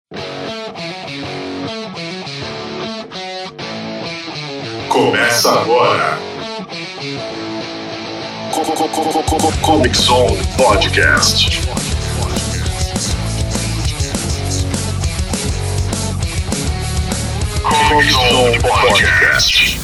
Começa agora Comic Zone Podcast. Comic Zone Podcast.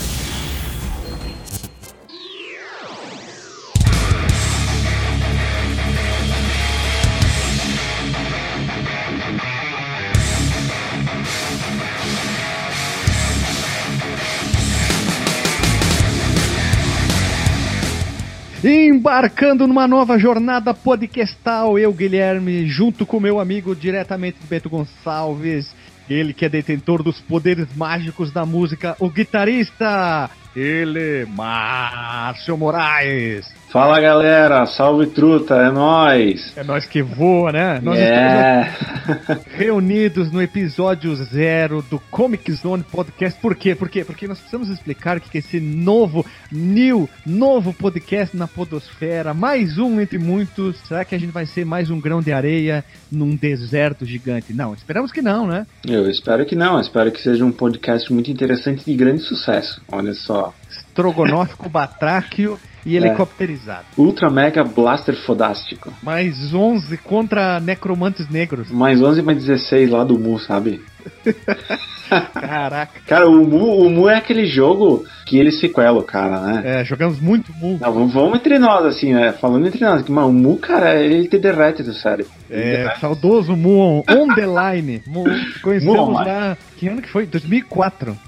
Embarcando numa nova jornada podcastal, eu, Guilherme, junto com meu amigo diretamente de Beto Gonçalves, ele que é detentor dos poderes mágicos da música, o guitarrista, ele, Márcio Moraes. Fala galera, salve truta, é nóis! É nóis que voa, né? Nós estamos reunidos no episódio 0 do Comic Zone Podcast. Por quê? Porque nós precisamos explicar o que é esse novo podcast na podosfera. Mais um entre muitos. Será que a gente vai ser mais um grão de areia num deserto gigante? Não, esperamos que não, né? Eu espero que não, espero que seja um podcast muito interessante e de grande sucesso. Olha só. Estrogonófico, batráquio e helicopterizado. Ultra Mega Blaster Fodástico. Mais 11 contra necromantes negros. Mais 11 mais 16 lá do Mu, sabe? Caraca. Cara, o Mu é aquele jogo que ele sequela, cara, né? É, jogamos muito Mu. Não, vamos entre nós, assim, né? Falando entre nós, que mano, o Mu, cara, ele te derrete do cérebro. Saudoso Mu on the line. Conhecemos lá. Que ano que foi? 2004,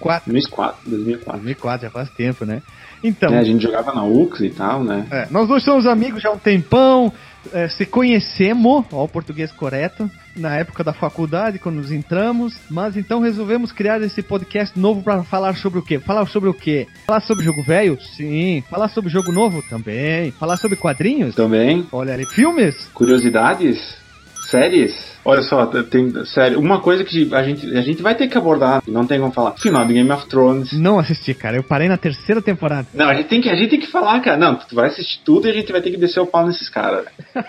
já faz tempo, né? Então, a gente jogava na UX e tal, né? Nós dois somos amigos já há um tempão, se conhecemos, ó, o português correto, na época da faculdade, quando nos entramos, mas então resolvemos criar esse podcast novo para falar sobre o quê? Falar sobre jogo velho? Sim. Falar sobre jogo novo? Também. Falar sobre quadrinhos? Também. Olha ali, filmes? Curiosidades? Séries? Olha só, tem sério, uma coisa que a gente vai ter que abordar, não tem como falar. Final de Game of Thrones. Não assisti, cara. Eu parei na 3ª temporada. Não, a gente tem que falar, cara. Não, tu vai assistir tudo e a gente vai ter que descer o pau nesses caras.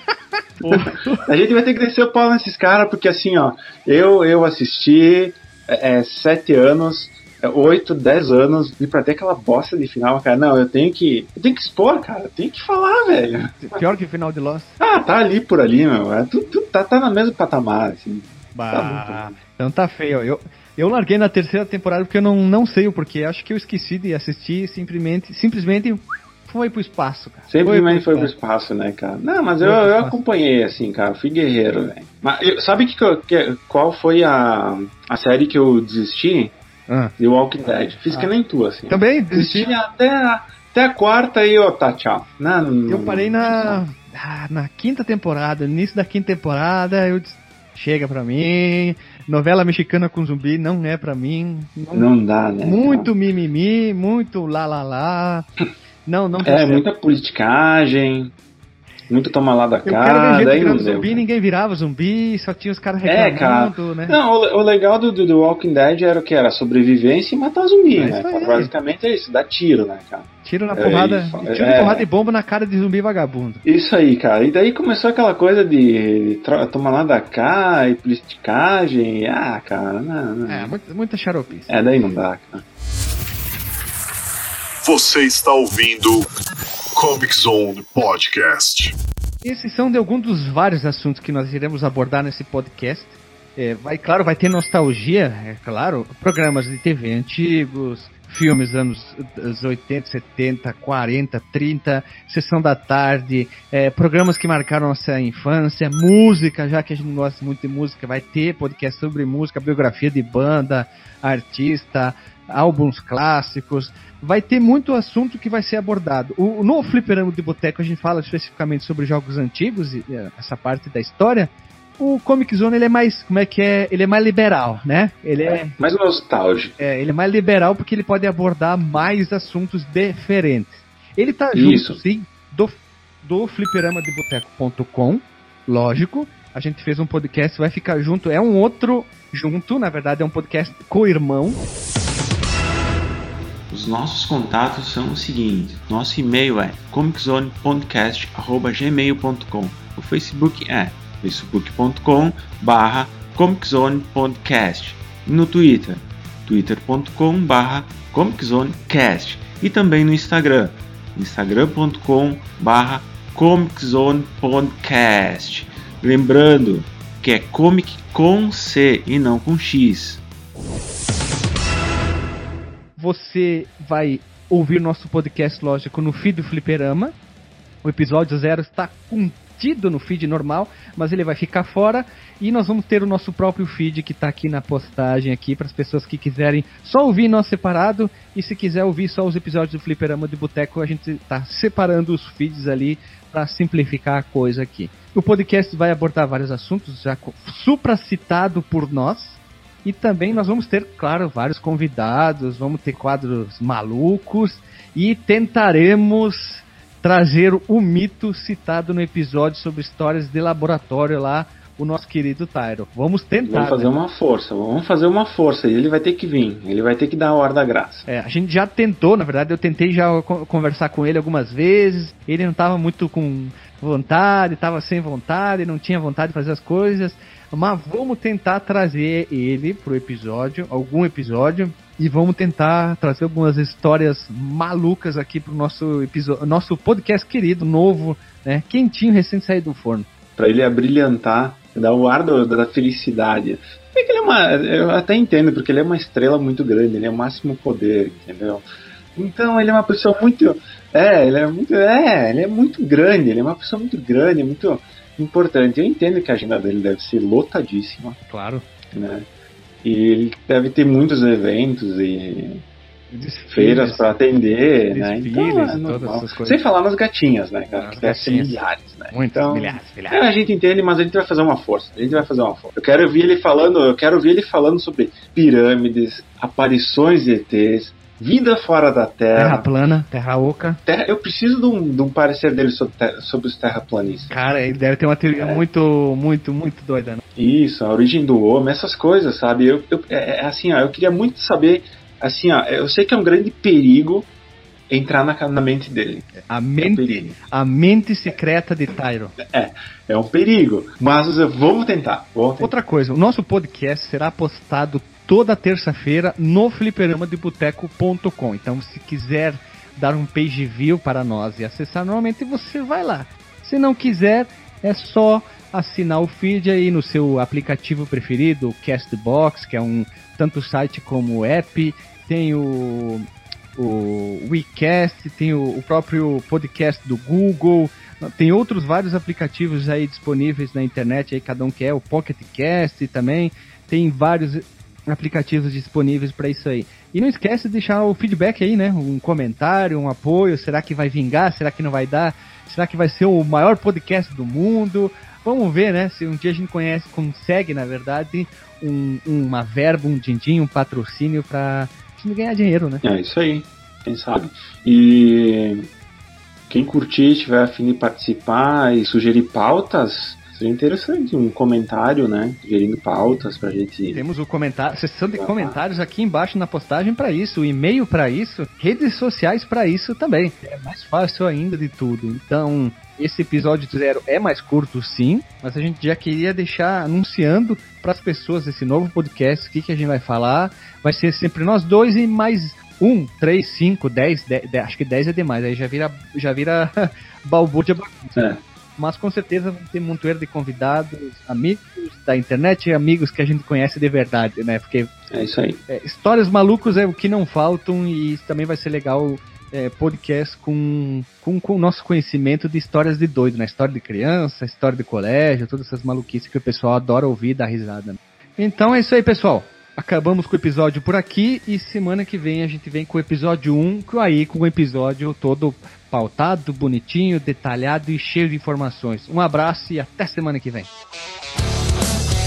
A gente vai ter que descer o pau nesses caras, porque assim, ó, eu assisti 7 anos, 8, 10 anos, e pra ter aquela bosta de final, cara, não, eu tenho que expor, cara, eu tenho que falar, velho. Pior que o final de Lost. Tá ali por ali, meu, tu tá no mesmo patamar, assim. Tá então tá feio, eu larguei na 3ª temporada porque eu não sei o porquê, acho que eu esqueci de assistir, simplesmente foi pro espaço, cara. Simplesmente foi pro espaço, né, cara? Não, mas eu acompanhei, assim, cara, fui guerreiro, velho. Mas sabe qual foi a série que eu desisti? The Walking Dead. Fiz que nem tu, assim. Também? Desisti até a 4ª e tchau. Eu parei na 5ª temporada, no início da 5ª temporada, eu disse, chega pra mim, novela mexicana com zumbi não é pra mim. Não dá, né? Muito mimimi, muito lá. Não muita politicagem. Muito toma lá da cara. Eu quero ver gente virando zumbi, ninguém virava zumbi, só tinha os caras reclamando, né? Não, o legal do The Walking Dead era o que? Era sobrevivência e matar zumbi, né? Basicamente é isso, dá tiro, né, cara? Tiro na porrada, porrada e bomba na cara de zumbi vagabundo. Isso aí, cara. E daí começou aquela coisa de tomar lá da cá e politicagem. Cara, não. Muita xaropice. Daí não dá, cara. Você está ouvindo Comic Zone Podcast. Esses são de alguns dos vários assuntos que nós iremos abordar nesse podcast. Vai ter nostalgia, é claro, programas de TV antigos, filmes anos 80, 70, 40, 30, Sessão da Tarde, programas que marcaram nossa infância, música, já que a gente gosta muito de música, vai ter podcast sobre música, biografia de banda, artista, álbuns clássicos, vai ter muito assunto que vai ser abordado. No Fliperama de Boteco a gente fala especificamente sobre jogos antigos, essa parte da história. O Comic Zone, ele é mais, ele é mais liberal, né? Ele é mais nostálgico. Ele é mais liberal porque ele pode abordar mais assuntos diferentes. Ele tá junto, sim, do fliperamadeboteco.com, lógico. A gente fez um podcast, vai ficar junto, é um outro junto, na verdade é um podcast co-irmão. Os nossos contatos são os seguintes. Nosso e-mail é comiczonepodcast@gmail.com. O Facebook é facebook.com/comiczonepodcast. Comic Zone Podcast. E no Twitter, twitter.com/Comic Zone Cast. E também no Instagram, instagram.com/Comic Zone Podcast. Lembrando que é comic com C e não com X. Você vai ouvir nosso podcast, lógico, no feed do Fliperama. O episódio 0 está contido no feed normal, mas ele vai ficar fora. E nós vamos ter o nosso próprio feed que está aqui na postagem aqui para as pessoas que quiserem só ouvir nós separado. E se quiser ouvir só os episódios do Fliperama de Boteco, a gente está separando os feeds ali para simplificar a coisa aqui. O podcast vai abordar vários assuntos, já supracitado por nós. E também nós vamos ter, claro, vários convidados, vamos ter quadros malucos e tentaremos trazer o mito citado no episódio sobre histórias de laboratório lá, o nosso querido Tyro. Vamos tentar. Vamos fazer uma força e ele vai ter que vir, ele vai ter que dar a hora da graça. A gente já tentou, na verdade, eu tentei já conversar com ele algumas vezes, ele não estava muito com vontade, estava sem vontade, não tinha vontade de fazer as coisas, mas vamos tentar trazer ele pro episódio, algum episódio, e vamos tentar trazer algumas histórias malucas aqui pro nosso podcast querido, novo, né, quentinho, recém saído do forno. Pra ele abrilhantar, dar o ar da felicidade. É que eu até entendo, porque ele é uma estrela muito grande, ele é o máximo poder, entendeu? Então ele é uma pessoa muito... ele é muito grande, ele é uma pessoa muito grande, muito importante. Eu entendo que a agenda dele deve ser lotadíssima. Claro. Né? E ele deve ter muitos eventos e feiras para atender, né? Então, todas essas coisas. Sem falar nas gatinhas, né? Que deve ser milhares, né? Muitas, então, milhares. A gente entende, mas a gente vai fazer uma força. Eu quero ouvir ele falando sobre pirâmides, aparições de ETs, vida fora da Terra. Terra plana, terra oca. Eu preciso de um parecer dele sobre os terraplanistas. Cara, ele deve ter uma teoria muito, muito, muito doida, né? Isso, a origem do homem, essas coisas, sabe? Eu queria muito saber, assim, ó, eu sei que é um grande perigo entrar na mente dele. A mente secreta de Tyro. É um perigo, mas vamos tentar. Outra coisa, o nosso podcast será postado toda terça-feira no fliperamadeboteco.com. Então, se quiser dar um page view para nós e acessar normalmente, você vai lá. Se não quiser, é só assinar o feed aí no seu aplicativo preferido, o Castbox, que é tanto site como o app, tem o WeCast, tem o próprio podcast do Google, tem outros vários aplicativos aí disponíveis na internet, aí cada um quer, o Pocket Cast também, tem vários aplicativos disponíveis para isso aí. E não esquece de deixar o feedback aí, né? Um comentário, um apoio, será que vai vingar, será que não vai dar, será que vai ser o maior podcast do mundo? Vamos ver, né? Se um dia a gente consegue, na verdade, uma verba, um din-din, um patrocínio pra gente ganhar dinheiro, né? É isso aí, quem sabe. E quem curtir, tiver a fim de participar e sugerir pautas, seria interessante um comentário, né? Sugerindo pautas pra gente... Temos o sessão de comentários aqui embaixo na postagem pra isso, o e-mail pra isso, redes sociais pra isso também. É mais fácil ainda de tudo. Então, esse episódio 0 é mais curto, sim, mas a gente já queria deixar anunciando pras pessoas esse novo podcast, o que a gente vai falar. Vai ser sempre nós dois e mais 1, 3, 5, 10, acho que 10 é demais, aí já vira balbúrdia bagunça. Mas com certeza vão ter montoeiro de convidados, amigos da internet e amigos que a gente conhece de verdade, né? Porque é isso aí. Histórias malucas é o que não faltam e também vai ser legal podcast com o nosso conhecimento de histórias de doido, né? História de criança, história de colégio, todas essas maluquices que o pessoal adora ouvir e dar risada. Então é isso aí, pessoal. Acabamos com o episódio por aqui e semana que vem a gente vem com o episódio 1, com o episódio todo pautado, bonitinho, detalhado e cheio de informações. Um abraço e até semana que vem.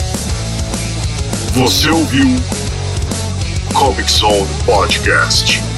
Você ouviu Comic Zone Podcast.